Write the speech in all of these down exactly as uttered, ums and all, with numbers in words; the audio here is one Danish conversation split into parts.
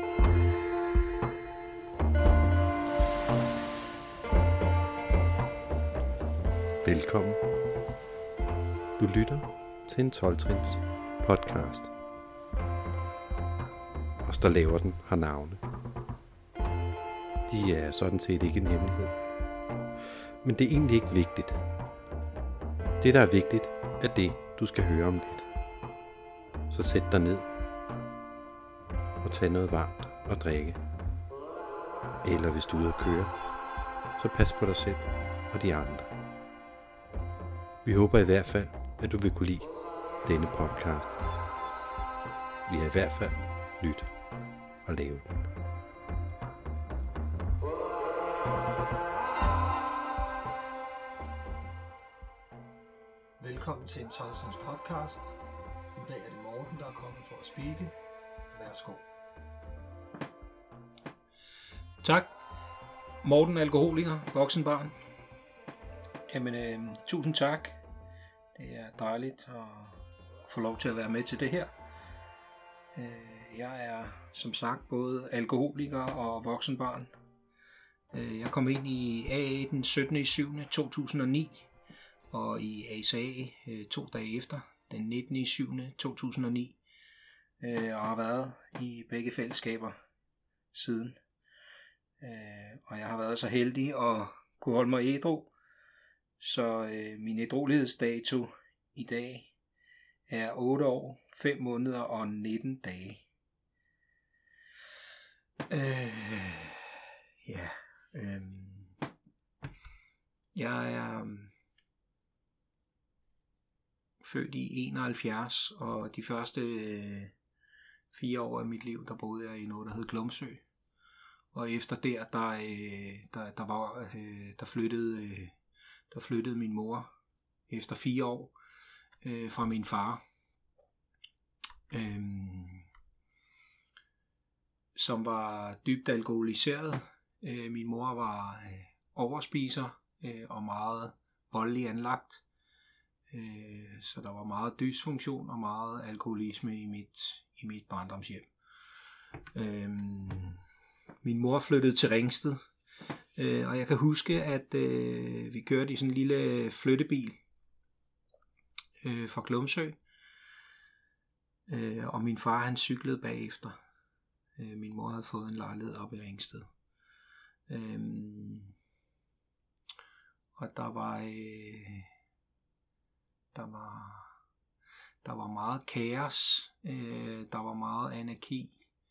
Velkommen. Du lytter til en tolv-trins podcast. Os, der laver den, har navne. De er sådan set ikke en hemmelighed. Men det er egentlig ikke vigtigt. Det, der er vigtigt, er det, du skal høre om lidt. Så sæt dig ned og tag noget varmt og drikke. Eller hvis du er ude at køre, så pas på dig selv og de andre. Vi håber i hvert fald, at du vil kunne lide denne podcast. Vi har i hvert fald nyt at lave den. Velkommen til en tolv-trins podcast. I dag er det Morten, der er kommet for at speake. Værsgo. Tak. Morten, alkoholiker, voksenbarn. Jamen, øh, tusind tak. Det er dejligt at få lov til at være med til det her. Øh, jeg er som sagt både alkoholiker og voksenbarn. Øh, jeg kom ind i A A den syttende juli to tusind og ni, og i A C A øh, to dage efter, den nittende juli to tusind og ni, øh, og har været i begge fællesskaber siden. Øh, og jeg har været så heldig at kunne holde mig ædru. Så øh, min ædruelighedsdato i dag er otte år, fem måneder og nitten dage. Øh, ja, øh, jeg er øh, født i enoghalvfjerds, og de første øh, fire år af mit liv, der boede jeg i noget, der hed Glumsø. Og efter der, der, øh, der, der, var, øh, der flyttede... Øh, Der flyttede min mor efter fire år øh, fra min far, øh, som var dybt alkoholiseret. Øh, min mor var øh, overspiser øh, og meget voldelig anlagt, øh, så der var meget dysfunktion og meget alkoholisme i mit, i mit barndomshjem. Øh, min mor flyttede til Ringsted. Øh, og jeg kan huske, at øh, vi kørte i sådan en lille flyttebil øh, fra Glumsø, øh, og min far han cyklede bagefter. Øh, min mor havde fået en lejlighed op i Ringsted. Øh, og der var, øh, der var, der var meget kaos, øh, der var meget anarki.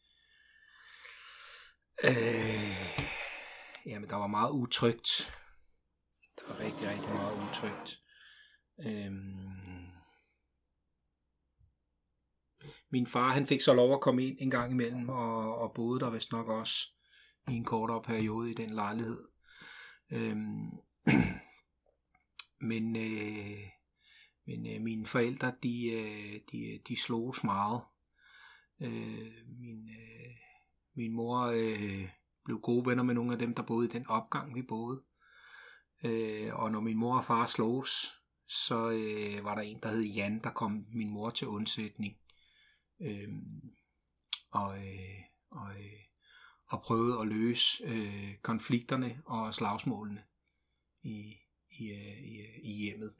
Øh, Jamen, der var meget utrygt. Der var rigtig, rigtig meget utrygt. Øhm... Min far, han fik så lov at komme ind en gang imellem, og, og boede der vist nok også i en kortere periode i den lejlighed. Øhm... men øh... men øh, mine forældre, de, øh, de, de sloges meget. Øh... Min, øh... min mor... Øh... blev gode venner med nogle af dem, der boede i den opgang, vi boede. Øh, og når min mor og far sloges, så øh, var der en, der hed Jan, der kom min mor til undsætning. Øh, og, øh, og, øh, og prøvede at løse øh, konflikterne og slagsmålene i, i, øh, i, i hjemmet.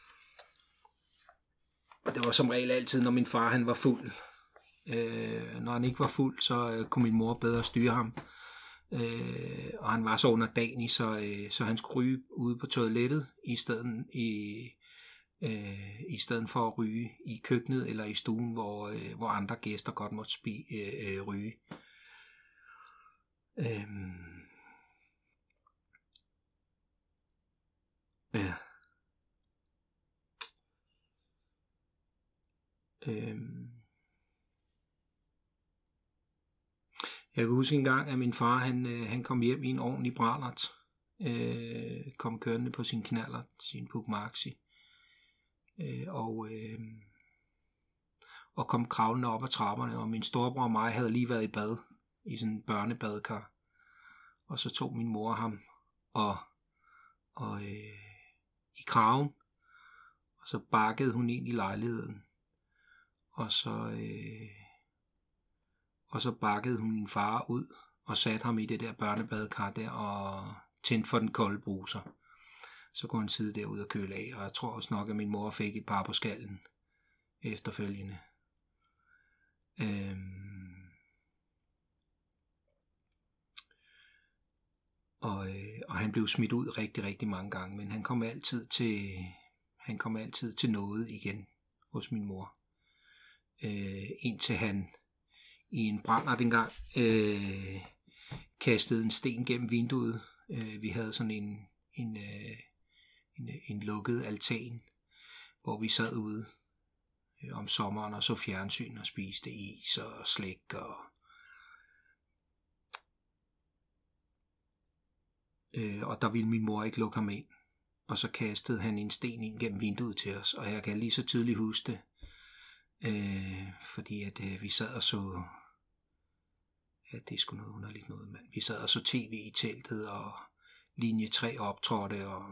Og det var som regel altid, når min far han var fuld. Øh, når han ikke var fuld, så øh, kunne min mor bedre styre ham. Øh, og han var så underdanig, så, øh, så han skulle ryge ude på toilettet i stedet, i, øh, i stedet for at ryge i køkkenet eller i stuen, hvor, øh, hvor andre gæster godt måtte spi, øh, øh, ryge. Øh, ja. Øh, Jeg kan huske en gang, at min far han, han kom hjem i en ordentlig brandert, øh, kom kørende på sin knallert, sin Puch Maxi, øh, og, øh, og kom kravlende op ad trapperne, og min storebror og mig havde lige været i bad, i sådan en børnebadekar, og så tog min mor ham og, og øh, i kraven, og så bakkede hun ind i lejligheden, og så... Øh, Og så bakkede hun min far ud og satte ham i det der børnebadekar der og tændte for den kolde bruser. Så kunne han sidde derude og køle af, og jeg tror også nok, at min mor fik et par på skallen efterfølgende. Øhm. Og, øh, og han blev smidt ud rigtig, rigtig mange gange, men han kom altid til, han kom altid til noget igen hos min mor. Øh, indtil han i en brændert engang øh, kastede en sten gennem vinduet. Øh, vi havde sådan en, en, øh, en, en lukket altan, hvor vi sad ude øh, om sommeren og så fjernsyn og spiste is og slik. Og, øh, og der ville min mor ikke lukke ham ind. Og så kastede han en sten ind gennem vinduet til os, og jeg kan lige så tydeligt huske det. Øh, fordi at øh, vi sad og så, ja, det er sgu noget underligt noget, mand. Vi sad og så tv i teltet, og linje tre optrådte, og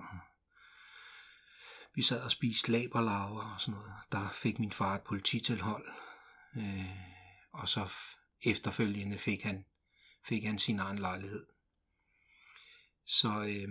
vi sad og spiste laberlarver og sådan noget. Der fik min far et polititilhold, øh, og så efterfølgende fik han, fik han sin egen lejlighed. Så, øh,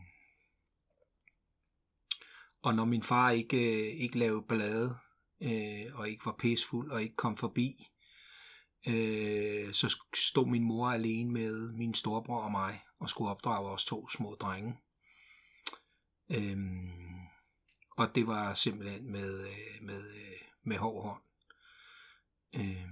og når min far ikke, øh, ikke lavede ballade, Øh, og ikke var pæsfuld og ikke kom forbi, øh, så stod min mor alene med min storebror og mig og skulle opdrage os to små drenge. Øh, og det var simpelthen med, med, med hård hånd. Øh,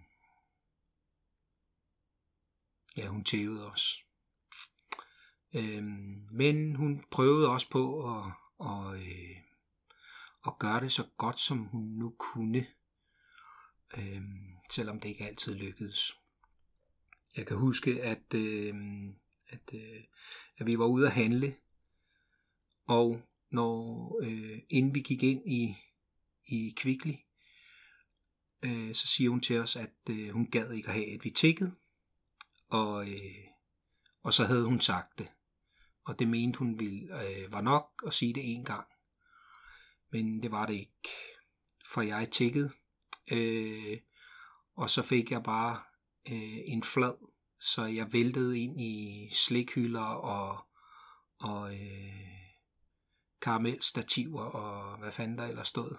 ja, hun tævede os. Øh, men hun prøvede også på at, og, øh, og gøre det så godt, som hun nu kunne, øh, selvom det ikke altid lykkedes. Jeg kan huske, at, øh, at, øh, at vi var ude at handle, og når, øh, inden vi gik ind i, i Kvickly, øh, så siger hun til os, at øh, hun gad ikke at have, at vi tikkede, og, øh, og så havde hun sagt det. Og det mente hun ville, øh, var nok at sige det en gang. Men det var det ikke, for jeg tikkede, øh, og så fik jeg bare øh, en flad, så jeg væltede ind i slikhylder og, og øh, karamelstativer og hvad fanden der ellers stod.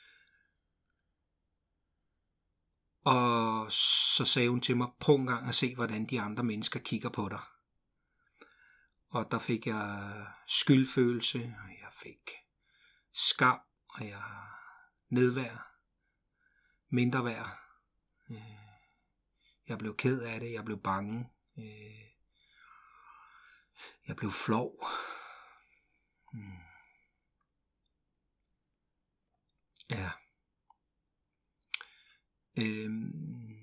Og så sagde hun til mig, prøv en gang at se, hvordan de andre mennesker kigger på dig. Og der fik jeg skyldfølelse, og jeg fik skam, og jeg nedværd, mindre værd. Jeg blev ked af det, jeg blev bange, jeg blev flov. Ja. Øhm.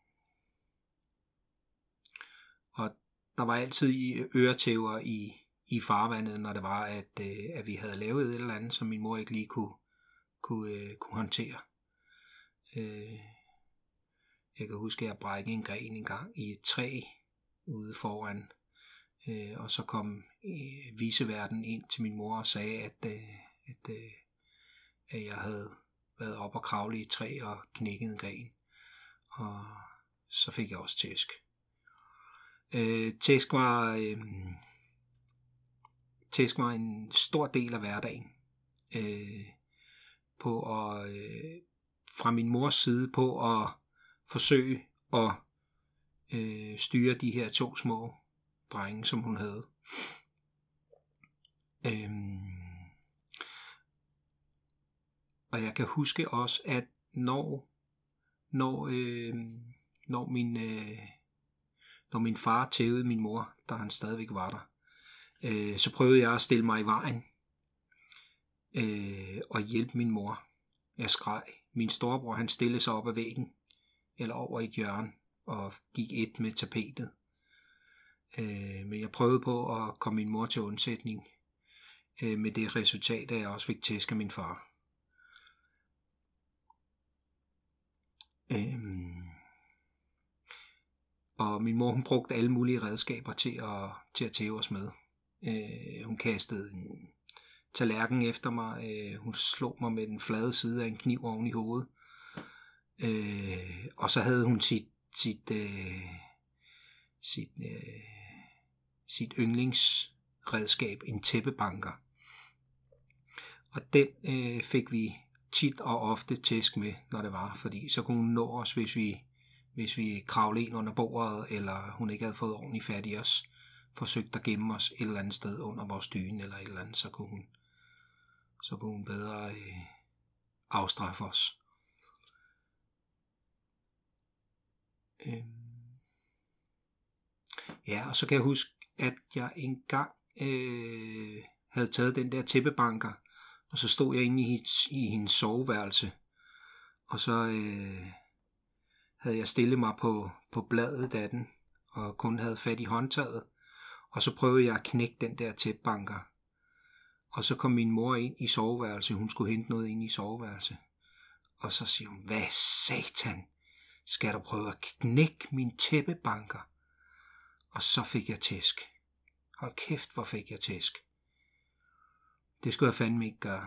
Og der var altid øretæver i i farvandet, når det var, at, øh, at vi havde lavet et eller andet, som min mor ikke lige kunne, kunne, øh, kunne håndtere. Øh, jeg kan huske, at jeg brækkede en gren en gang i et træ ude foran, øh, og så kom øh, viceverden ind til min mor og sagde, at, øh, at, øh, at jeg havde været op og kravle i et træ og knækket en gren. Og så fik jeg også tæsk. Øh, tæsk var... Øh, Tæsk var en stor del af hverdagen, øh, på at, øh, fra min mors side på at forsøge at øh, styre de her to små drenge, som hun havde. Øhm, og jeg kan huske også, at når, når, øh, når, min, øh, når min far tævede min mor, da han stadigvæk var der, så prøvede jeg at stille mig i vejen øh, og hjælpe min mor. Jeg skreg. Min storebror, han stillede sig op ad væggen eller over i et hjørne og gik et med tapetet. Øh, men jeg prøvede på at komme min mor til undsætning øh, med det resultat, at jeg også fik tæsk af min far. Øh, og min mor, hun brugte alle mulige redskaber til at, til at tæve os med. Øh, hun kastede en tallerken efter mig. Øh, hun slog mig med den flade side af en kniv oven i hovedet. Øh, og så havde hun sit, sit, øh, sit, øh, sit yndlingsredskab, en tæppebanker. Og den øh, fik vi tit og ofte tæsk med, når det var, fordi så kunne hun nå os, hvis vi, hvis vi kravlede ind under bordet, eller hun ikke havde fået ordentligt fat i os, forsøgt at gemme os et eller andet sted under vores dyne, eller et eller andet, så kunne hun, så kunne hun bedre øh, afstraffe os. Øhm. Ja, og så kan jeg huske, at jeg engang øh, havde taget den der tæppebanker, og så stod jeg inde i, i hendes soveværelse, og så øh, havde jeg stillet mig på, på bladet af den, og kun havde fat i håndtaget, og så prøvede jeg at knække den der tæppebanker. Og så kom min mor ind i soveværelse, hun skulle hente noget ind i soveværelse, og så siger hun, hvad satan, skal du prøve at knække min tæppebanker? Og så fik jeg tæsk. Hold kæft, hvor fik jeg tæsk. Det skulle jeg fandme ikke gøre.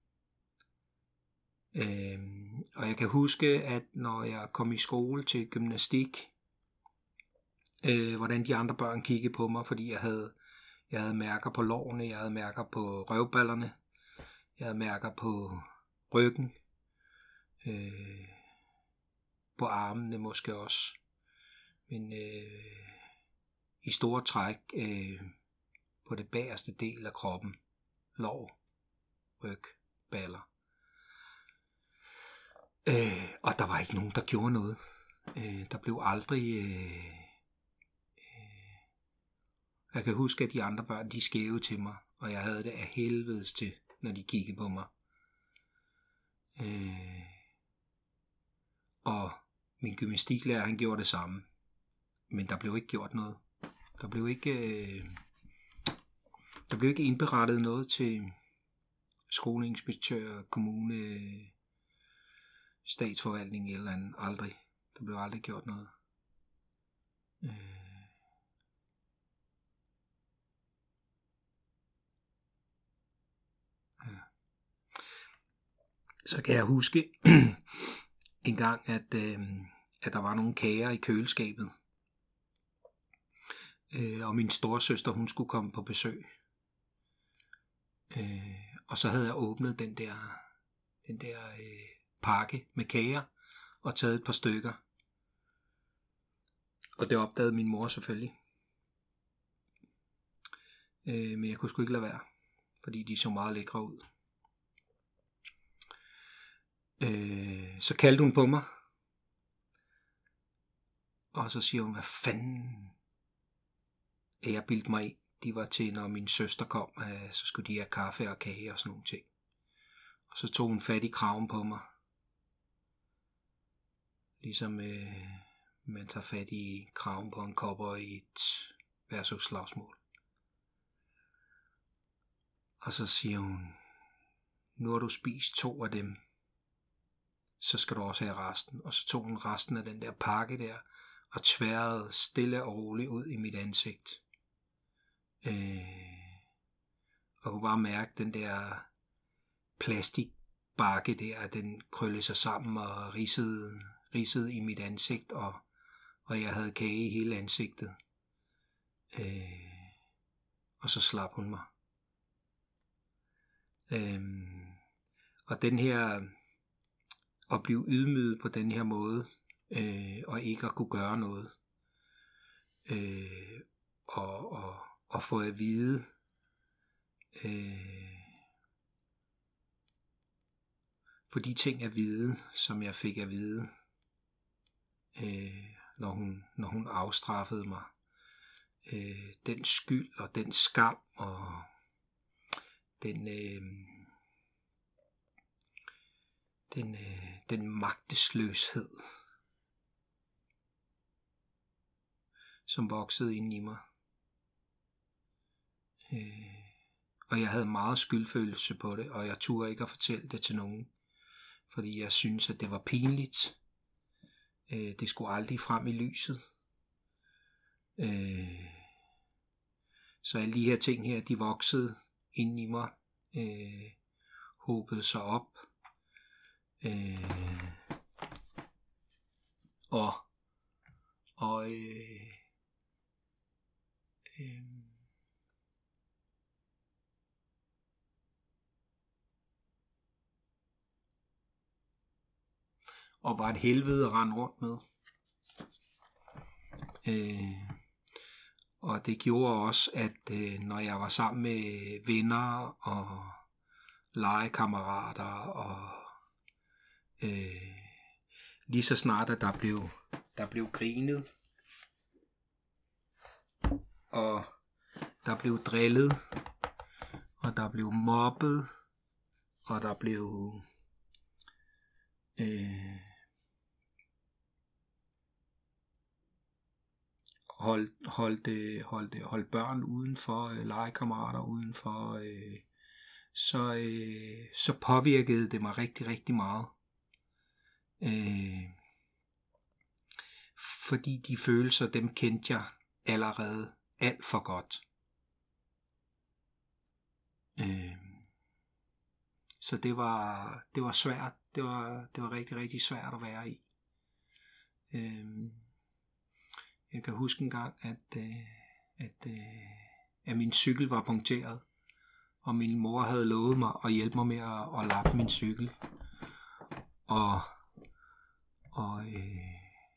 Øhm, og jeg kan huske, at når jeg kom i skole til gymnastik, øh, hvordan de andre børn kiggede på mig, fordi jeg havde, jeg havde mærker på lårene, jeg havde mærker på røvballerne, jeg havde mærker på ryggen, øh, på armene måske også, men øh, i store træk øh, på det bagerste del af kroppen, lår, ryg, baller. Øh, og der var ikke nogen, der gjorde noget. Øh, der blev aldrig... Øh, øh, jeg kan huske, at de andre børn, de skævede til mig, og jeg havde det af helvedes til, når de kiggede på mig. Øh, og min gymnastiklærer, han gjorde det samme. Men der blev ikke gjort noget. Der blev ikke... Øh, der blev ikke indberettet noget til skoleinspektør, kommune, statsforvaltning eller andet. Aldrig. Der blev aldrig gjort noget. Øh. Ja. Så kan jeg huske en gang, at, øh, at der var nogle kager i køleskabet. Øh, og min storesøster, hun skulle komme på besøg. Øh, og så havde jeg åbnet den der, den der øh, pakke med kager og taget et par stykker. Og det opdagede min mor selvfølgelig. Øh, men jeg kunne sgu ikke lade være, fordi de så meget lækre ud. Øh, så kaldte hun på mig. Og så siger hun, hvad fanden er jeg bildt mig ind. De var til, når min søster kom, øh, så skulle de have kaffe og kage og sådan nogle ting. Og så tog hun fat i kraven på mig. Ligesom øh, man tager fat i kraven på en kopper i et værtshusslagsmål. Og så siger hun, nu har du spist to af dem, så skal du også have resten. Og så tog hun resten af den der pakke der, og tværrede stille og roligt ud i mit ansigt. Øh, og kunne bare mærke den der plastikbakke der, den krøllede sig sammen og ridsede, ridsede i mit ansigt, og, og jeg havde kage i hele ansigtet. Øh, og så slap hun mig. Øh, og den her, at blive ydmyget på den her måde, øh, og ikke at kunne gøre noget, øh, og, og og få at vide, øh, for de ting at vide, som jeg fik at vide, øh, når, hun, når hun afstraffede mig. Øh, den skyld og den skam og den, øh, den, øh, den magtesløshed, som voksede ind i mig. Øh, og jeg havde meget skyldfølelse på det, og jeg turde ikke at fortælle det til nogen, fordi jeg syntes, at det var pinligt. Øh, det skulle aldrig frem i lyset. Øh, så alle de her ting her, de voksede ind i mig, øh, hobede sig op, øh, og og øh, øh, og var et helvede at rende rundt med. Øh, og det gjorde også, at øh, når jeg var sammen med venner og legekammerater, og øh, lige så snart at der blev, der blev grinet, og der blev drillet, og der blev mobbet, og der blev øh, holdt, holdt, holdt, holdt børn udenfor, øh, legekammerater udenfor, øh, så, øh, så påvirkede det mig rigtig, rigtig meget. Øh, fordi de følelser, dem kendte jeg allerede alt for godt. Øh, så det var, det var svært. Det var, det var rigtig, rigtig svært at være i. Øh, jeg kan huske en gang, at, øh, at, øh, at min cykel var punkteret, og min mor havde lovet mig at hjælpe mig med at, at lappe min cykel. Og, og, øh,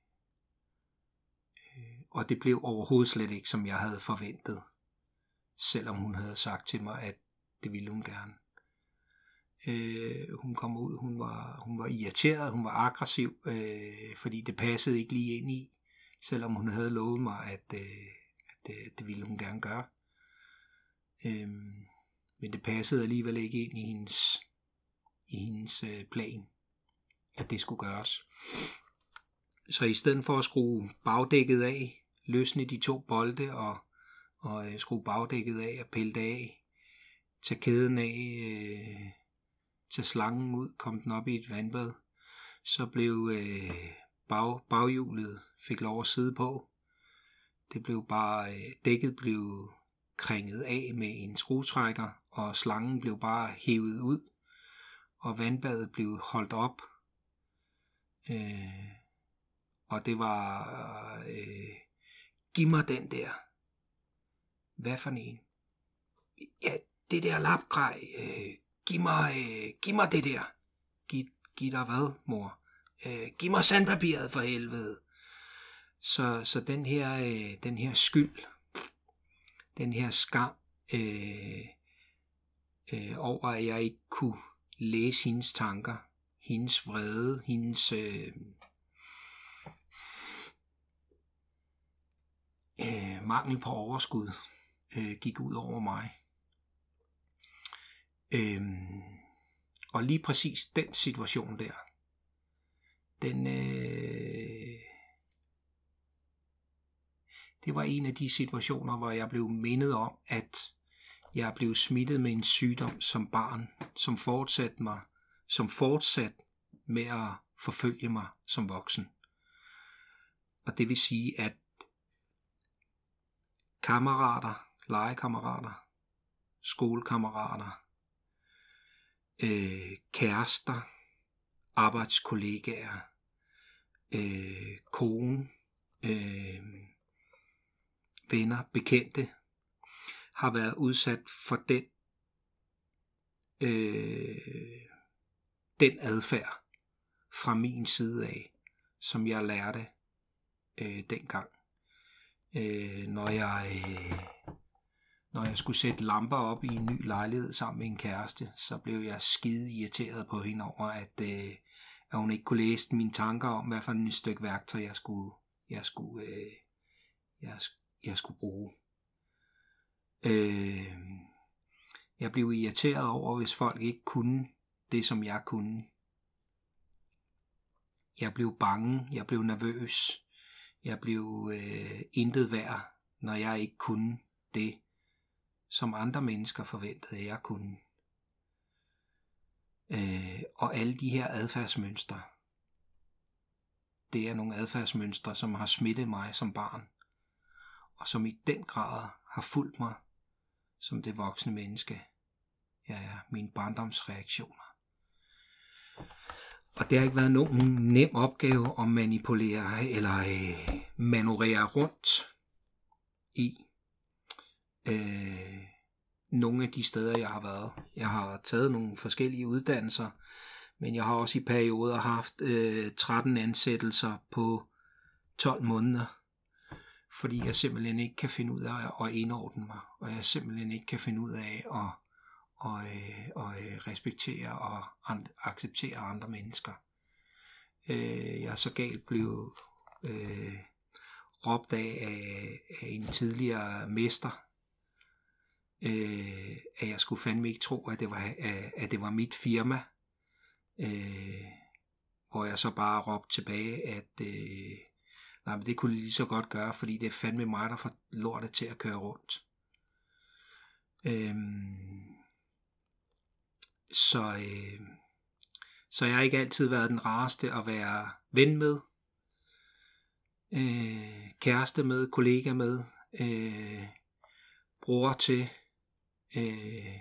øh, og det blev overhovedet slet ikke, som jeg havde forventet, selvom hun havde sagt til mig, at det ville hun gerne. Øh, hun kom ud, hun var, hun var irriteret, hun var aggressiv, øh, fordi det passede ikke lige ind i, selvom hun havde lovet mig, at, øh, at øh, det ville hun gerne gøre. Øh, men det passede alligevel ikke ind i hendes, i hendes øh, plan, at det skulle gøres. Så i stedet for at skrue bagdækket af, løsne de to bolde og, og øh, skrue bagdækket af og pille det af, tage kæden af, øh, tage slangen ud, kom den op i et vandbad, så blev øh, bag, baghjulet fik lov at sidde på. Det blev bare, øh, dækket blev kringet af med en skruetrækker, og slangen blev bare hævet ud, og vandbadet blev holdt op. Øh, og det var, øh, giv mig den der. Hvad for en? Ja, det der lapgrej. Øh, giv mig, øh, giv mig det der. Giv, giv dig hvad, mor? Øh, giv mig sandpapiret for helvede. Så, så den her, øh, den her skyld, den her skam øh, øh, over, at jeg ikke kunne læse hendes tanker, hendes vrede, hendes øh, øh, mangel på overskud, øh, gik ud over mig. Øh, og lige præcis den situation der, den øh, det var en af de situationer, hvor jeg blev mindet om, at jeg blev smittet med en sygdom som barn, som fortsatte mig, som fortsatte med at forfølge mig som voksen. Og det vil sige, at kammerater, legekammerater, skolekammerater, øh, kærester, arbejdskollegaer, øh, kone, øh, venner, bekendte, har været udsat for den, øh, den adfærd fra min side af, som jeg lærte øh, dengang. Øh, når jeg øh, når jeg skulle sætte lamper op i en ny lejlighed sammen med en kæreste, så blev jeg skide irriteret på hende over, at, øh, at hun ikke kunne læse mine tanker om, hvad for et stykke værktøj jeg skulle, jeg skulle, øh, jeg, jeg skulle bruge. Øh, jeg blev irriteret over, hvis folk ikke kunne det, som jeg kunne. Jeg blev bange, jeg blev nervøs, jeg blev øh, intet værd, når jeg ikke kunne det, som andre mennesker forventede, at jeg kunne. Øh, og alle de her adfærdsmønstre, det er nogle adfærdsmønstre, som har smittet mig som barn, og som i den grad har fulgt mig som det voksne menneske. Ja, ja, mine barndomsreaktioner. Og det har ikke været nogen nem opgave at manipulere eller øh, manøvrere rundt i øh, nogle af de steder, jeg har været. Jeg har taget nogle forskellige uddannelser, men jeg har også i perioder haft øh, tretten ansættelser på tolv måneder, fordi jeg simpelthen ikke kan finde ud af at indordne mig, og jeg simpelthen ikke kan finde ud af at, at, at, at respektere og acceptere andre mennesker. Jeg er så galt blevet øh, råbt af, af, af en tidligere mester, øh, at jeg skulle fandme ikke tro, at det var, at det var mit firma, øh, hvor jeg så bare råbte tilbage, at øh, nej, men det kunne de lige så godt gøre, fordi det er fandme mig, der får lortet til at køre rundt. Øhm, så, øh, så jeg har ikke altid været den rareste at være ven med, øh, kæreste med, kollega med, øh, bror til, øh,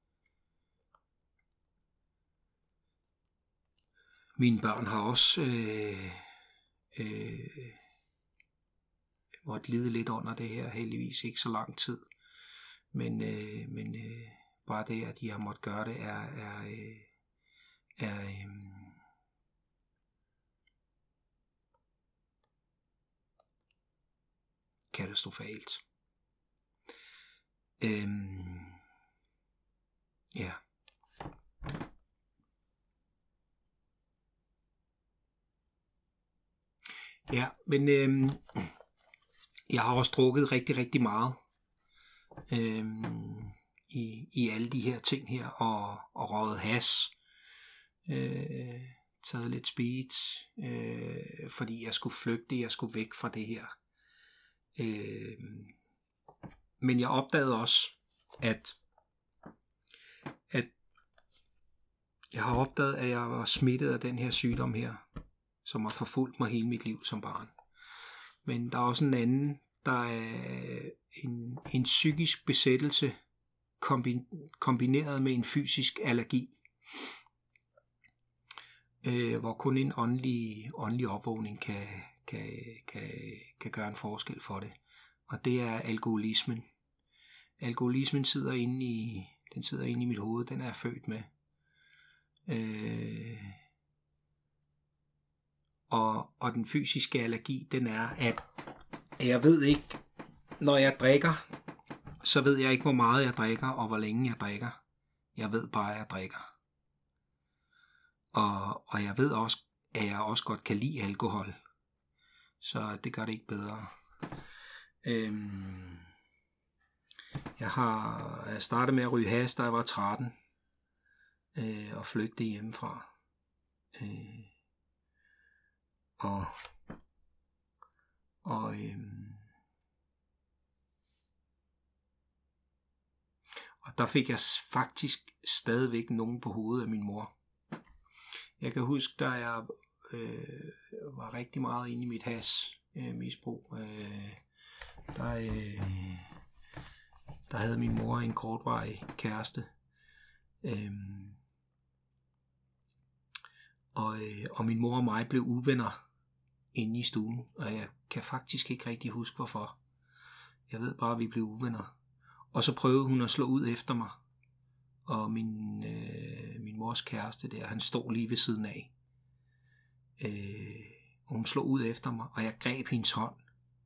mine børn har også øh, øh, måtte lide lidt under det her, heldigvis ikke så lang tid, men, øh, men øh, bare det, at de har måttet gøre det, er, er, øh, er øh, katastrofalt. Øhm, ja. Ja, men øhm, jeg har også drukket rigtig, rigtig meget øhm, i, i alle de her ting her, og, og røget hash, øh, taget lidt speed, øh, fordi jeg skulle flygte, jeg skulle væk fra det her. Øh, men jeg opdagede også, at, at jeg har opdaget, at jeg var smittet af den her sygdom her, som har forfulgt mig hele mit liv som barn. Men der er også en anden, der er en, en psykisk besættelse kombineret med en fysisk allergi, øh, hvor kun en åndelig, åndelig opvågning kan, kan, kan, kan gøre en forskel for det. Og det er alkoholismen. Alkoholismen sidder inde i, den sidder inde i mit hoved, den er jeg født med. Øh, og, og den fysiske allergi, den er, at jeg ved ikke, når jeg drikker, så ved jeg ikke, hvor meget jeg drikker, og hvor længe jeg drikker. Jeg ved bare, at jeg drikker. Og, og jeg ved også, at jeg også godt kan lide alkohol. Så det gør det ikke bedre. Øhm, jeg har startet med at ryge hash, da jeg var tretten. Øh, og flygte hjemmefra. Øh, og og øhm, og der fik jeg faktisk stadigvæk nogen på hovedet af min mor. Jeg kan huske, da jeg øh, var rigtig meget inde i mit hash øh, misbrug, øh, der, øh, der havde min mor en kortvarig kæreste, øh, og, øh, og min mor og mig blev uvenner inde i stuen, og jeg kan faktisk ikke rigtig huske hvorfor. Jeg ved bare, at vi blev uvenner. Og så prøvede hun at slå ud efter mig. Og min, øh, min mors kæreste der, han stod lige ved siden af. Øh, og hun slog ud efter mig, og jeg greb hendes hånd.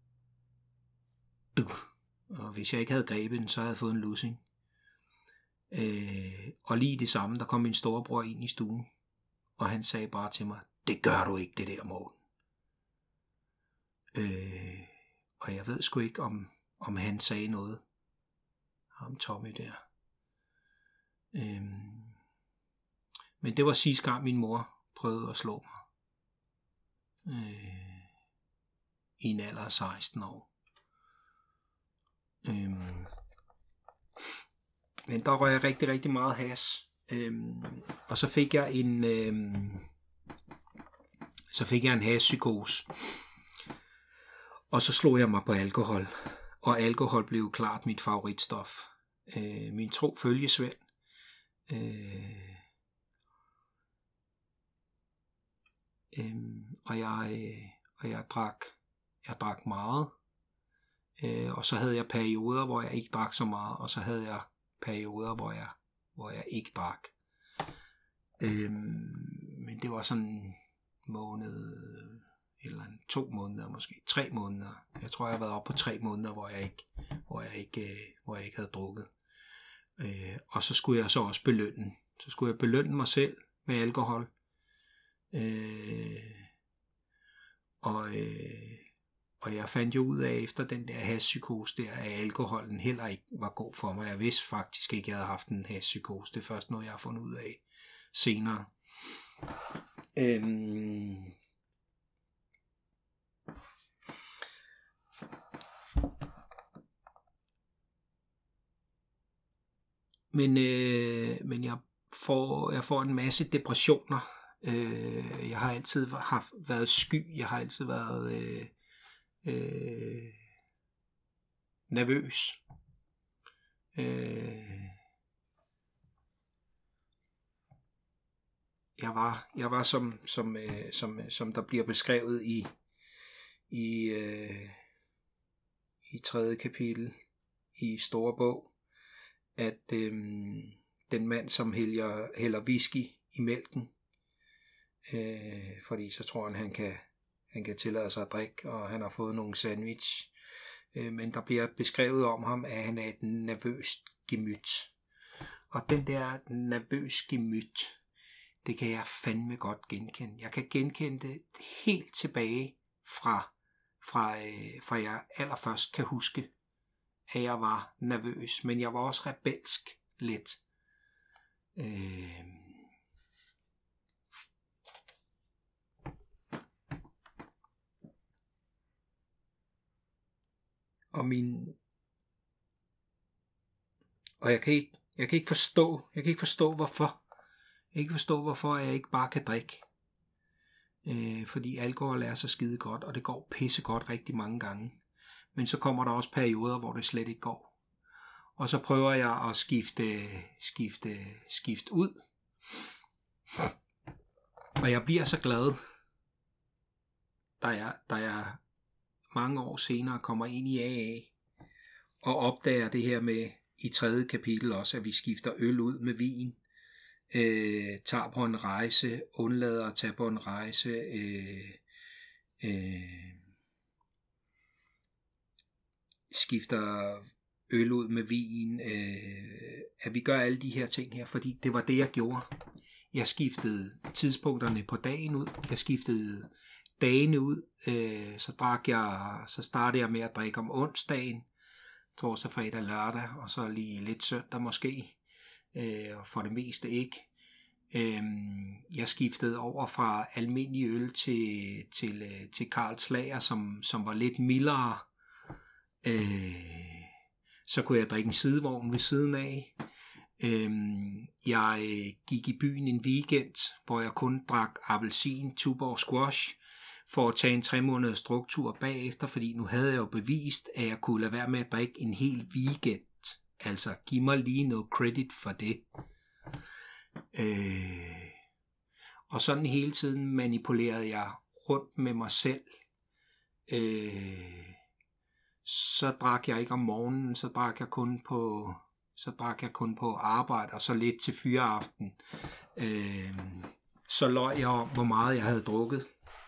Du. Og hvis jeg ikke havde grebet den, så havde jeg fået en lussing. Øh, og lige det samme, der kom min storebror ind i stuen. Og han sagde bare til mig, det gør du ikke, det der, Morten. Øh, og jeg ved sgu ikke, om, om han sagde noget. Ham Tommy der. Øhm, men det var sidste gang min mor prøvede at slå mig. Øh, I en alder af seksten år. Øhm, men der røg jeg rigtig, rigtig meget hash. Øhm, og så fik jeg en øhm, så fik jeg en hashpsykose. Og så slog jeg mig på alkohol. Og alkohol blev klart mit favoritstof. Øh, min tro følgesvend. Øh, øh, og jeg øh, og jeg drak jeg drak meget. Øh, og så havde jeg perioder, hvor jeg ikke drak så meget, og så havde jeg perioder, hvor jeg, hvor jeg ikke drak. Øh, men det var sådan en måned, eller en, to måneder måske, tre måneder. Jeg tror, jeg har været oppe på tre måneder, hvor jeg ikke, hvor jeg ikke, hvor jeg ikke havde drukket. Øh, og så skulle jeg så også belønne. Så skulle jeg belønne mig selv med alkohol. Øh, og, øh, og jeg fandt jo ud af, efter den der hashpsykose der, at alkoholen heller ikke var god for mig. Jeg vidste faktisk ikke, at jeg havde haft en hashpsykose. Det er først noget, jeg har fundet ud af senere. Øhm, men øh, men jeg får, jeg får en masse depressioner. Øh, jeg har altid haft, været sky. Jeg har altid været øh, øh, nervøs. Øh, jeg var, jeg var som, som, øh, som, som der bliver beskrevet i i øh, i tredje kapitel i Store Bog, at øh, den mand, som hælder, hælder whisky i mælken, øh, fordi så tror han, han kan, han kan tillade sig at drikke, og han har fået nogle sandwich. Øh, men der bliver beskrevet om ham, at han er et nervøst gemyt. Og den der nervøs gemyt, det kan jeg fandme godt genkende. Jeg kan genkende det helt tilbage fra, fra, øh, fra jeg allerførst kan huske, at jeg var nervøs, men jeg var også rebelsk lidt. Øh... Og min og jeg kan ikke jeg kan ikke forstå, jeg kan ikke forstå hvorfor. Jeg kan ikke forstå hvorfor jeg ikke bare kan drikke. Øh, fordi alkohol er så skide godt, og det går pisse godt rigtig mange gange. Men så kommer der også perioder, hvor det slet ikke går. Og så prøver jeg at skifte, skifte, skifte ud. Og jeg bliver så glad, da jeg, da jeg mange år senere kommer ind i A A, og opdager det her med, i tredje kapitel også, at vi skifter øl ud med vin, øh, tager på en rejse, undlader at tage på en rejse, øh, øh, skifter øl ud med vin, øh, at vi gør alle de her ting her, fordi det var det, jeg gjorde. Jeg skiftede tidspunkterne på dagen ud, jeg skiftede dagene ud, øh, så drak jeg, så startede jeg med at drikke om onsdagen, torsdag, fredag, lørdag, og så lige lidt søndag måske, øh, og for det meste ikke. Øh, jeg skiftede over fra almindelig øl til, til, til Carls Lager, som, som var lidt mildere. Øh, så kunne jeg drikke en sidevogn ved siden af. Øh, jeg gik i byen en weekend, hvor jeg kun drak appelsin, Tuborg squash, for at tage en tre måneders struktur bagefter, fordi nu havde jeg jo bevist, at jeg kunne lade være med at drikke en hel weekend. Altså, giv mig lige noget credit for det. Øh, og sådan hele tiden manipulerede jeg rundt med mig selv. Øh, så drak jeg ikke om morgenen, så drak jeg kun på, så drak jeg kun på arbejde, og så lidt til fyreaften. Øh, så løj jeg om, hvor meget jeg havde drukket.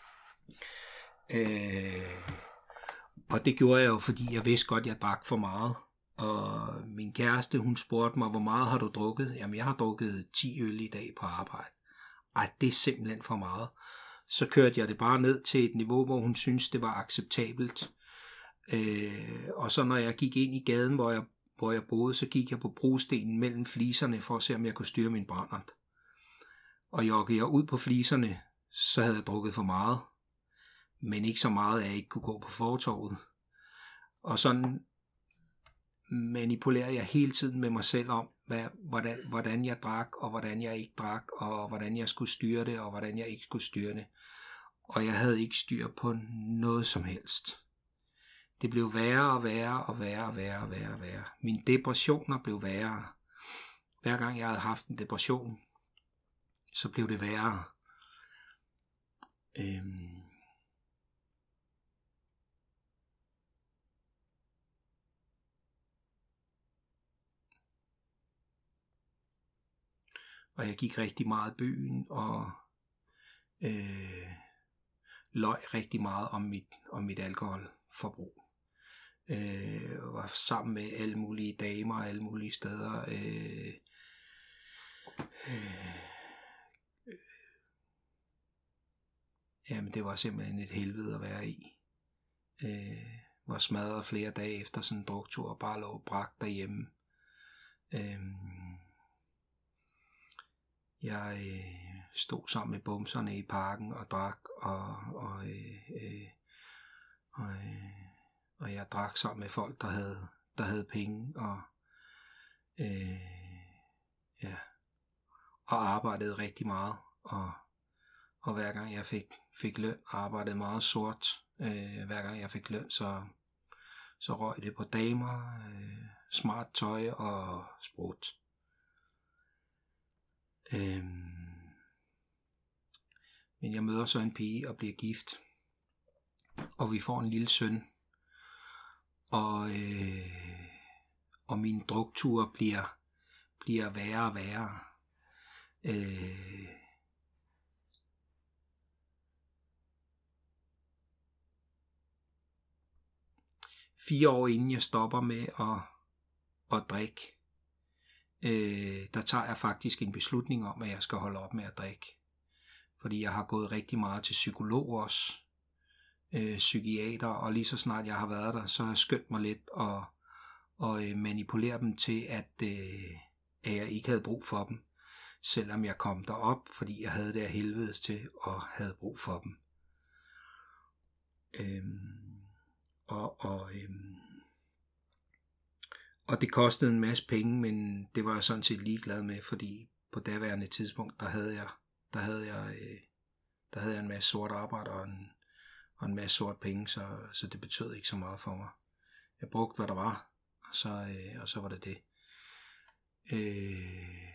Øh, og det gjorde jeg jo, fordi jeg vidste godt, at jeg drak for meget. Og min kæreste, hun spurgte mig, hvor meget har du drukket? Jamen, jeg har drukket ti øl i dag på arbejde. Ej, det er simpelthen for meget. Så kørte jeg det bare ned til et niveau, hvor hun syntes, det var acceptabelt. Øh, og så når jeg gik ind i gaden, hvor jeg, hvor jeg boede, så gik jeg på brostenen mellem fliserne, for at se, om jeg kunne styre min brændert. Og joggede jeg ud på fliserne, så havde jeg drukket for meget. Men ikke så meget, at jeg ikke kunne gå på fortovet. Og sådan manipulerede jeg hele tiden med mig selv om, hvad, hvordan, hvordan jeg drak, og hvordan jeg ikke drak, og hvordan jeg skulle styre det, og hvordan jeg ikke skulle styre det. Og jeg havde ikke styr på noget som helst. Det blev værre og værre og værre og værre og værre og værre. Mine depressioner blev værre. Hver gang jeg havde haft en depression, så blev det værre. Øhm og jeg gik rigtig meget i byen, og øh, løj rigtig meget om mit, om mit alkoholforbrug. Øh, var sammen med alle mulige damer, alle mulige steder. Øh, øh, øh, jamen, det var simpelthen et helvede at være i. Øh, var smadret flere dage efter sådan en druktur, og bare lå bragt derhjemme. Øh, jeg øh, stod sammen med bumserne i parken og drak, og, og, øh, øh, og, øh, og jeg drak sammen med folk, der havde, der havde penge, og, øh, ja, og arbejdede rigtig meget, og, og hver gang jeg fik, fik løn, arbejdede meget sort. Øh, hver gang jeg fik løn, så, så røg det på damer, øh, smart tøj og sprut. Øh, men jeg møder så en pige og bliver gift, og vi får en lille søn, og, øh, og mine drukture bliver, bliver værre og værre. Øh, Fire år inden jeg stopper med at, at drikke, øh, der tager jeg faktisk en beslutning om, at jeg skal holde op med at drikke. Fordi jeg har gået rigtig meget til psykolog også, øh, psykiater, og lige så snart jeg har været der, så har jeg skyndt mig lidt og, og øh, manipulere dem til, at, øh, at jeg ikke havde brug for dem. Selvom jeg kom derop, fordi jeg havde det af helvedes til og havde brug for dem. Øhm, og, og, øhm, og det kostede en masse penge, men det var jeg sådan set ligeglad med, fordi på daværende tidspunkt, der havde jeg, der havde jeg, øh, der havde jeg en masse sort arbejde og en, og en masse sort penge, så, så det betød ikke så meget for mig. Jeg brugte, hvad der var, og så, øh, og så var det det. Øh,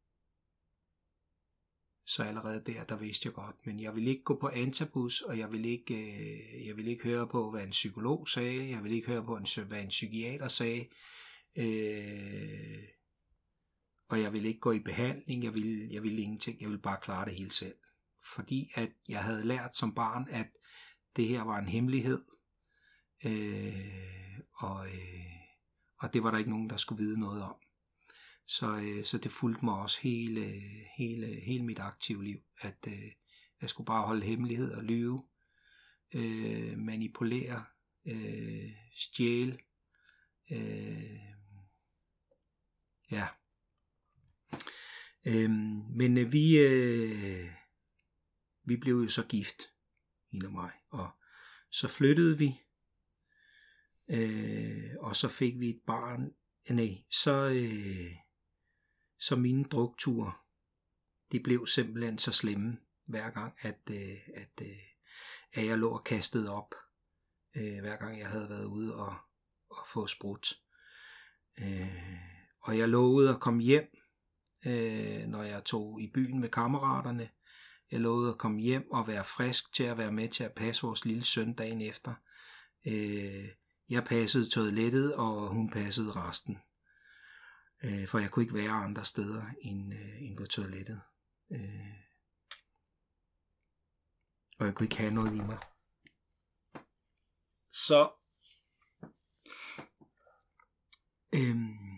Så allerede der, der vidste jeg godt, men jeg ville ikke gå på antabus, og jeg ville ikke, øh, jeg ville ikke høre på, hvad en psykolog sagde, jeg ville ikke høre på, hvad en psykiater sagde, øh, og jeg ville ikke gå i behandling, jeg ville, jeg ville ingenting, jeg ville bare klare det hele selv. Fordi at jeg havde lært som barn, at det her var en hemmelighed, øh, og, øh, og det var der ikke nogen, der skulle vide noget om. Så, øh, så det fulgte mig også hele, hele, hele mit aktive liv, at øh, jeg skulle bare holde hemmelighed og lyve, øh, manipulere, øh, stjæle, øh, ja. Øh, men øh, vi, øh, vi blev jo så gift, hende og mig, og så flyttede vi, øh, og så fik vi et barn, nej, så... Øh, Så mine drukture, de blev simpelthen så slemme, hver gang, at, øh, at, øh, at jeg lå og kastede op, øh, hver gang jeg havde været ude og, og få sprut. Øh, og jeg lovede at komme hjem, øh, når jeg tog i byen med kammeraterne. Jeg lovede at komme hjem og være frisk til at være med til at passe vores lille søn dagen efter. Øh, jeg passede toilettet, og hun passede resten. For jeg kunne ikke være andre steder end, øh, end på toilettet. Øh, og jeg kunne ikke have noget i mig. Så øhm,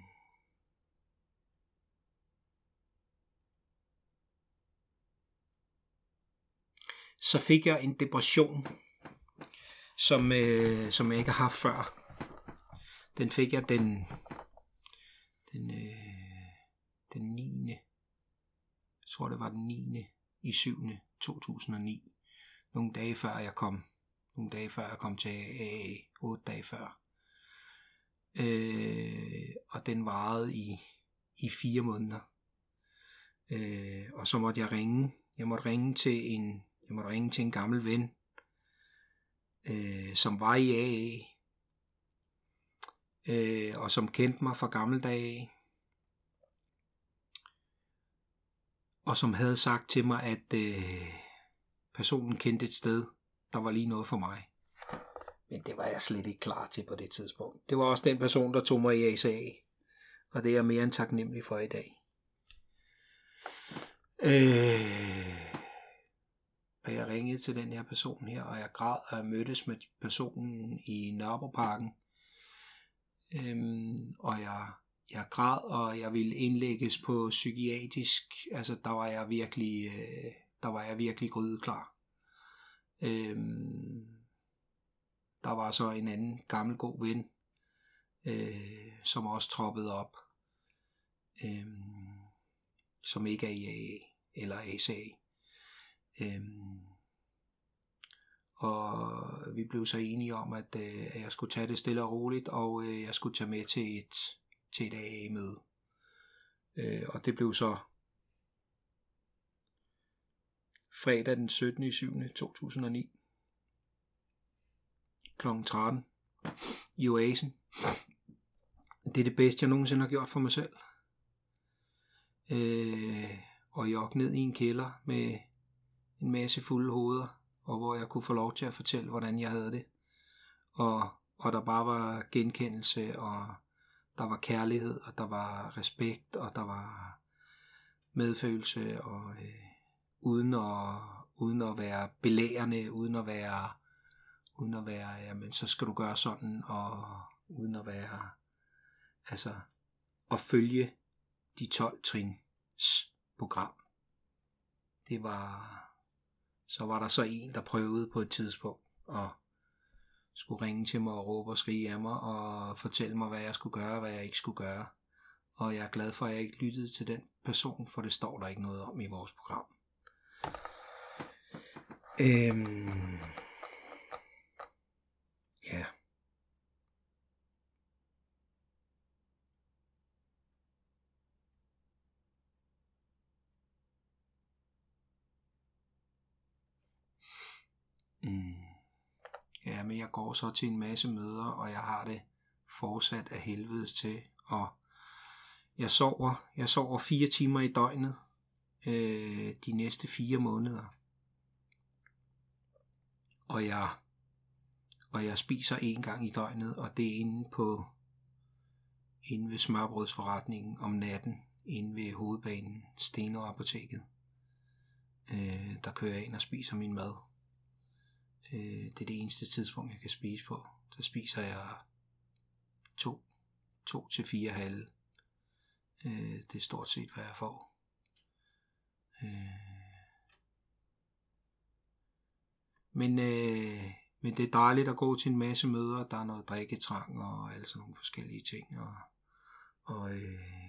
så fik jeg en depression, som, øh, som jeg ikke har haft før. Den fik jeg den Den, øh, den niende Jeg tror det var den niende i syvende to tusind og ni. Nogle dage før jeg kom. Nogle dage før jeg kom til A A. otte dage før. Øh, og den varede i, i fire måneder. Øh, og så måtte jeg ringe. Jeg måtte ringe til en, jeg måtte ringe til en gammel ven, øh, som var i A A. Øh, og som kendte mig fra gamle dage, og som havde sagt til mig, at øh, personen kendte et sted, der var lige noget for mig. Men det var jeg slet ikke klar til på det tidspunkt. Det var også den person, der tog mig i A C A, og det er jeg mere end taknemmelig for i dag. Øh, og jeg ringede til den her person her, og jeg græd, og jeg mødtes med personen i Nørrebroparken. Øhm, og jeg, jeg græd, og jeg ville indlægges på psykiatrisk. Altså, der var jeg virkelig, øh, der var jeg virkelig grydeklar. Øhm, der var så en anden gammel god ven, øh, som også troppede op, øh, som ikke er i A A eller A C A. Øh, og vi blev så enige om, at, øh, at jeg skulle tage det stille og roligt, og øh, jeg skulle tage med til et, til et A A-møde. Øh, og det blev så fredag den syttende juli to tusind og ni klokken tretten i Oasen. Det er det bedste, jeg nogensinde har gjort for mig selv. Øh, og jeg ned i en kælder med en masse fulde hoveder, og hvor jeg kunne få lov til at fortælle, hvordan jeg havde det. Og, og der bare var genkendelse, og der var kærlighed, og der var respekt, og der var medfølelse, og øh, uden, at, uden at være belærende, uden at være, uden at være, jamen så skal du gøre sådan, og uden at være, altså at følge de tolv trins program. Det var, så var der så en, der prøvede på et tidspunkt, og skulle ringe til mig og råbe og skrige af mig, og fortælle mig, hvad jeg skulle gøre, og hvad jeg ikke skulle gøre. Og jeg er glad for, at jeg ikke lyttede til den person, for det står der ikke noget om i vores program. Øhm, ja. Mm. Ja, men jeg går så til en masse møder, og jeg har det fortsat af helvedes til, og jeg sover, jeg sover fire timer i døgnet øh, de næste fire måneder. Og jeg, og jeg spiser en gang i døgnet, og det er inde på inde ved smørbrødsforretningen om natten, inde ved hovedbanen, Stenå Apoteket. Øh, der kører jeg ind og spiser min mad. Øh, det er det eneste tidspunkt, jeg kan spise på. Så spiser jeg to, to til fire halve. Øh, det er stort set, hvad jeg får. Øh, Men, øh, men det er dejligt at gå til en masse møder. Der er noget drikketrang og alle sådan nogle forskellige ting. Og, og, øh,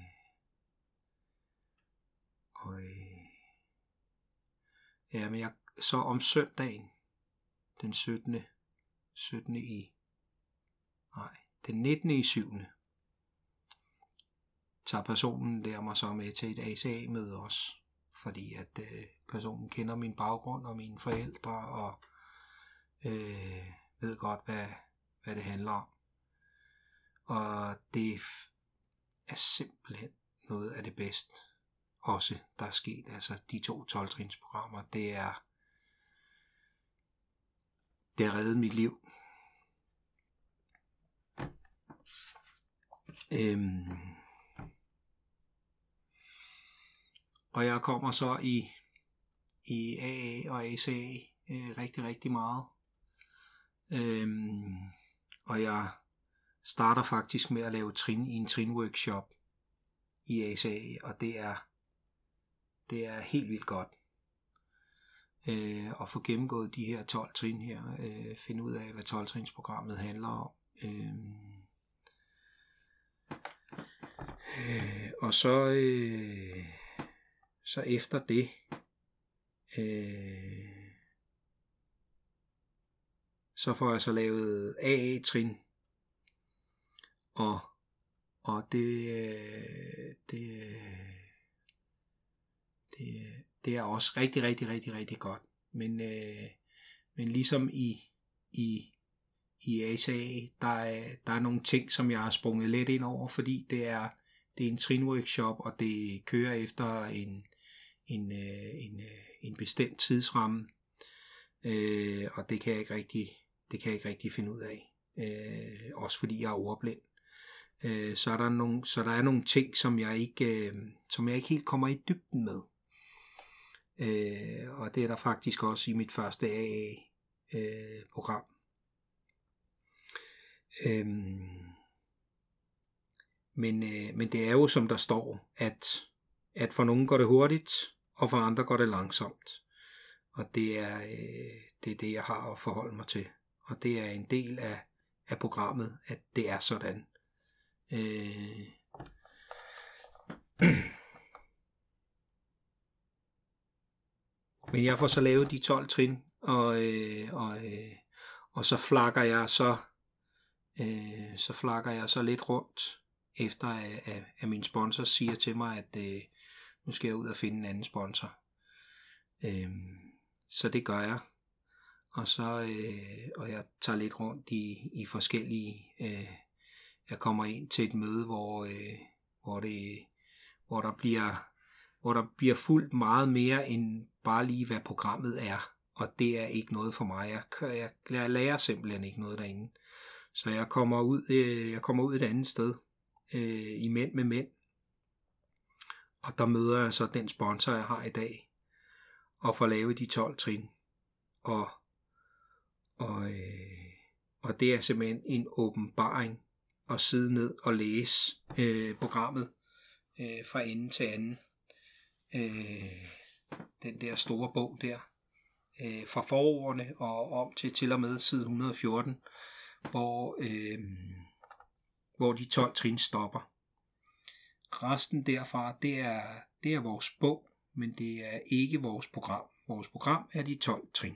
og øh, ja, men jeg, så om søndagen, den syttende, syttende i, nej, den nittende i syvende, tager personen der mig så med til et A C A-møde også. Fordi at øh, personen kender min baggrund og mine forældre, og øh, ved godt, hvad, hvad det handler om. Og det er simpelthen noget af det bedste, også der er sket. Altså de to tolv-trinsprogrammer, det er, det har reddet mit liv. Øhm, og jeg kommer så i, i A A og A C A øh, rigtig, rigtig meget. Øhm, og jeg starter faktisk med at lave trin i en trin-workshop i A C A, og det er, det er helt vildt godt. Øh, at få gennemgået de her tolv trin her, øh, finde ud af, hvad tolv-trinsprogrammet handler om. Øh, øh, og så, øh, så efter det, øh, så får jeg så lavet A A-trin, og, og det, det, det, det er også rigtig, rigtig, rigtig, rigtig godt. Men, øh, men ligesom i, i, i A C A, der er, der er nogle ting, som jeg har sprunget lidt ind over, fordi det er, det er en trin-workshop, og det kører efter en, en, en, en bestemt tidsramme, øh, og det kan jeg ikke rigtig, det kan jeg ikke rigtig finde ud af. Øh, også fordi jeg er ordblind. øh, så, er der nogle, så der er nogle ting, som jeg ikke, øh, som jeg ikke helt kommer i dybden med. Øh, og det er der faktisk også i mit første A A-program. Øh, men, øh, men det er jo, som der står, at, at for nogen går det hurtigt, og for andre går det langsomt. Og det er, øh, det er det, jeg har at forholde mig til. Og det er en del af, af programmet, at det er sådan. Øh... Men jeg får så lavet de tolv trin, og, øh, og, øh, og så flakker jeg så, øh, så flakker jeg så lidt rundt, efter at, at, at min sponsor siger til mig, at øh, nu skal jeg ud og finde en anden sponsor. Øh, så det gør jeg. Og så øh, og jeg tager lidt rundt i, i forskellige. Øh, jeg kommer ind til et møde, hvor øh, hvor det hvor der bliver hvor der bliver fuldt meget mere end bare lige hvad programmet er. Og det er ikke noget for mig. Jeg, jeg, jeg lærer simpelthen ikke noget derinde. Så jeg kommer ud øh, jeg kommer ud et andet sted øh, i Mænd med Mænd. Og der møder jeg så den sponsor jeg har i dag og får lavet de tolv trin. Og Og, øh, og det er simpelthen en åbenbaring at sidde ned og læse øh, programmet øh, fra ende til anden. Øh, den der store bog der, øh, fra forordene og om til til og med side et hundrede og fjorten, hvor, øh, hvor de tolv trin stopper. Resten derfra, det er, det er vores bog, men det er ikke vores program. Vores program er de tolv trin.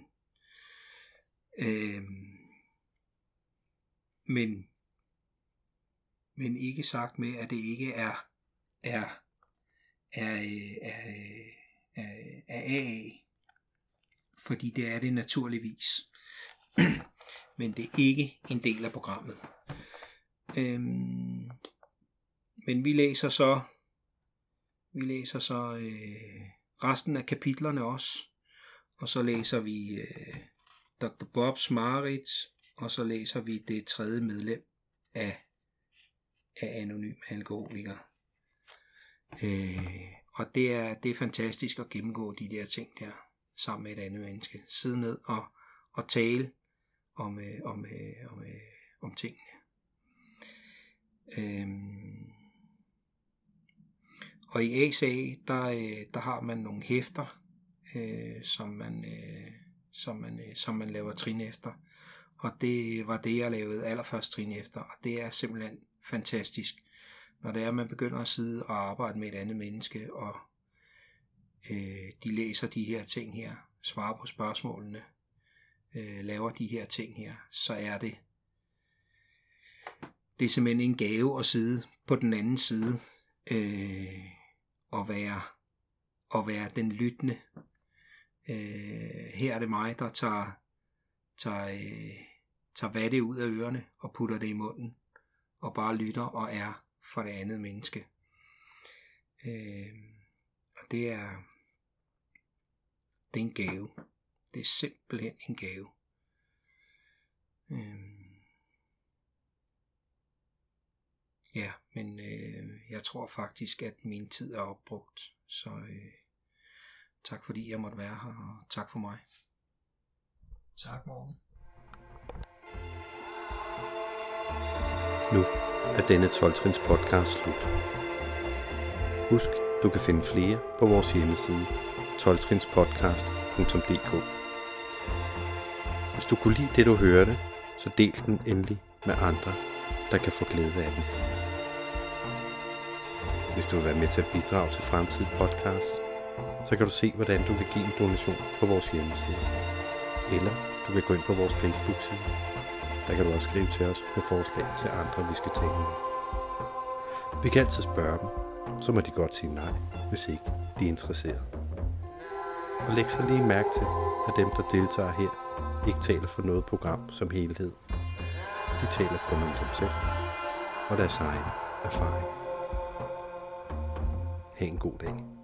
Øhm, men men ikke sagt med at det ikke er er er er, er, er A A, fordi det er det naturligvis. Men det er ikke en del af programmet. Øhm, men vi læser så vi læser så øh, resten af kapitlerne også, og så læser vi øh, doktor Bobs mareridt, og så læser vi det tredje medlem af, af Anonym Alkoholiker. Øh, og det er, det er fantastisk at gennemgå de der ting der, sammen med et andet menneske. Sidde ned og, og tale om, øh, om, øh, om, øh, om tingene. Øh, og i A C A, der, øh, der har man nogle hæfter, øh, som man... Øh, Som man, som man laver trin efter. Og det var det, jeg lavede allerførst trin efter. Og det er simpelthen fantastisk. Når det er, at man begynder at sidde og arbejde med et andet menneske, og øh, de læser de her ting her, svarer på spørgsmålene, øh, laver de her ting her, så er det det er simpelthen en gave at sidde på den anden side øh, og være og være den lyttende. Øh, her er det mig, der tager, tager, øh, tager vattet ud af ørerne og putter det i munden, og bare lytter og er for det andet menneske. Øh, og det er, det er en gave. Det er simpelthen en gave. Øh, ja, men øh, jeg tror faktisk, at min tid er opbrugt, så... Øh, Tak fordi jeg måtte være her, og tak for mig. Tak, Morten. Nu er denne tolv-trins podcast slut. Husk, du kan finde flere på vores hjemmeside tolv trins podcast punktum d k. Hvis du kunne lide det, du hørte, så del den endelig med andre, der kan få glæde af den. Hvis du vil være med til at bidrage til fremtidige podcasts, så kan du se, hvordan du kan give en donation på vores hjemmeside. Eller du kan gå ind på vores Facebook-side. Der kan du også skrive til os med forslag til andre, vi skal tale med. Vi kan altid spørge dem, så må de godt sige nej, hvis ikke de er interesseret. Og læg så lige mærke til, at dem, der deltager her, ikke taler for noget program som helhed. De taler kun om dem selv og deres egen erfaring. Ha' en god dag.